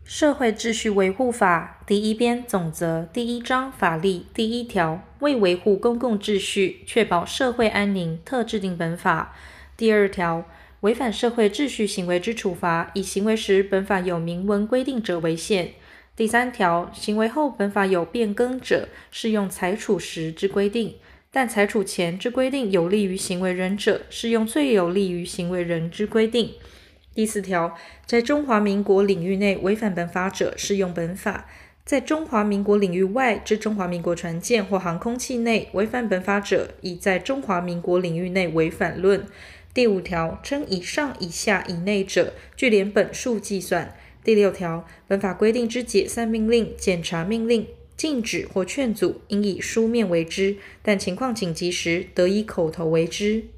社会秩序维护法第一编总则第1章法例第1条，为维护公共秩序，确保社会安宁，特制定本法。第2条，违反社会秩序行为之处罚，以行为时本法有明文规定者为限。第3条，行为后本法有变更者，适用裁处时之规定，但裁处前之规定有利于行为人者，适用最有利于行为人之规定。第4条，在中华民国领域内违反本法者，适用本法；在中华民国领域外之中华民国船舰或航空器内违反本法者，以在中华民国领域内为反论。第5条，称以上、以下、以内者，据连本数计算。第6条，本法规定之解散命令、检察命令、禁止或劝阻，应以书面为之，但情况紧急时，得以口头为之。